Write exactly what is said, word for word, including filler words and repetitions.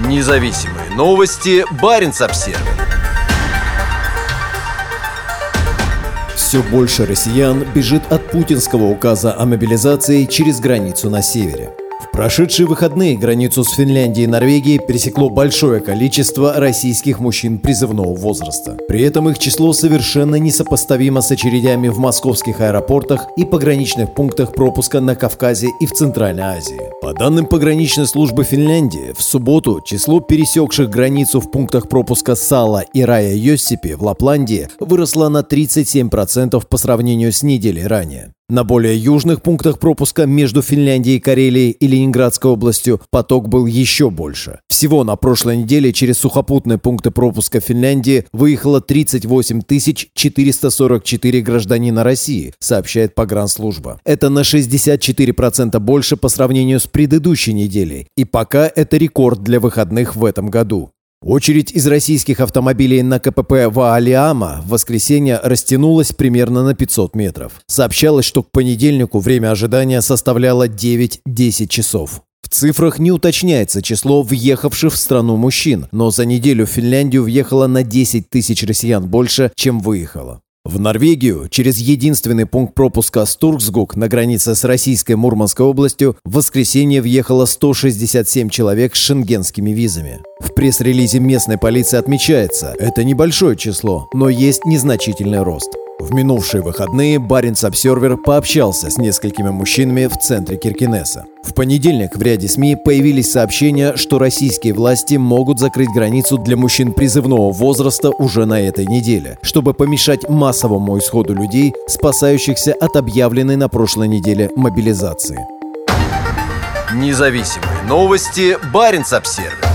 Независимые новости. Баренц-Обсервер. Все больше россиян бежит от путинского указа о мобилизации через границу на севере. В прошедшие выходные границу с Финляндией и Норвегией пересекло большое количество российских мужчин призывного возраста. При этом их число совершенно несопоставимо с очередями в московских аэропортах и пограничных пунктах пропуска на Кавказе и в Центральной Азии. По данным пограничной службы Финляндии, в субботу число пересекших границу в пунктах пропуска Сала и Рая-Йосипи в Лапландии выросло на тридцать семь процентов по сравнению с неделей ранее. На более южных пунктах пропуска между Финляндией, Карелией и Ленинградской областью поток был еще больше. Всего на прошлой неделе через сухопутные пункты пропуска Финляндии выехало тридцать восемь тысяч четыреста сорок четыре гражданина России, сообщает погранслужба. Это на шестьдесят четыре процента больше по сравнению с предыдущей неделей. И пока это рекорд для выходных в этом году. Очередь из российских автомобилей на КПП Ваалиама в воскресенье растянулась примерно на пятьсот метров. Сообщалось, что к понедельнику время ожидания составляло девять-десять часов. В цифрах не уточняется число въехавших в страну мужчин, но за неделю в Финляндию въехало на десять тысяч россиян больше, чем выехало. В Норвегию через единственный пункт пропуска Стурксгук на границе с российской Мурманской областью в воскресенье въехало сто шестьдесят семь человек с шенгенскими визами. В пресс-релизе местной полиции отмечается, это небольшое число, но есть незначительный рост. В минувшие выходные Баренц-Обсервер пообщался с несколькими мужчинами в центре Киркенеса. В понедельник в ряде СМИ появились сообщения, что российские власти могут закрыть границу для мужчин призывного возраста уже на этой неделе, чтобы помешать массовому исходу людей, спасающихся от объявленной на прошлой неделе мобилизации. Независимые новости. Баренц-Обсервер.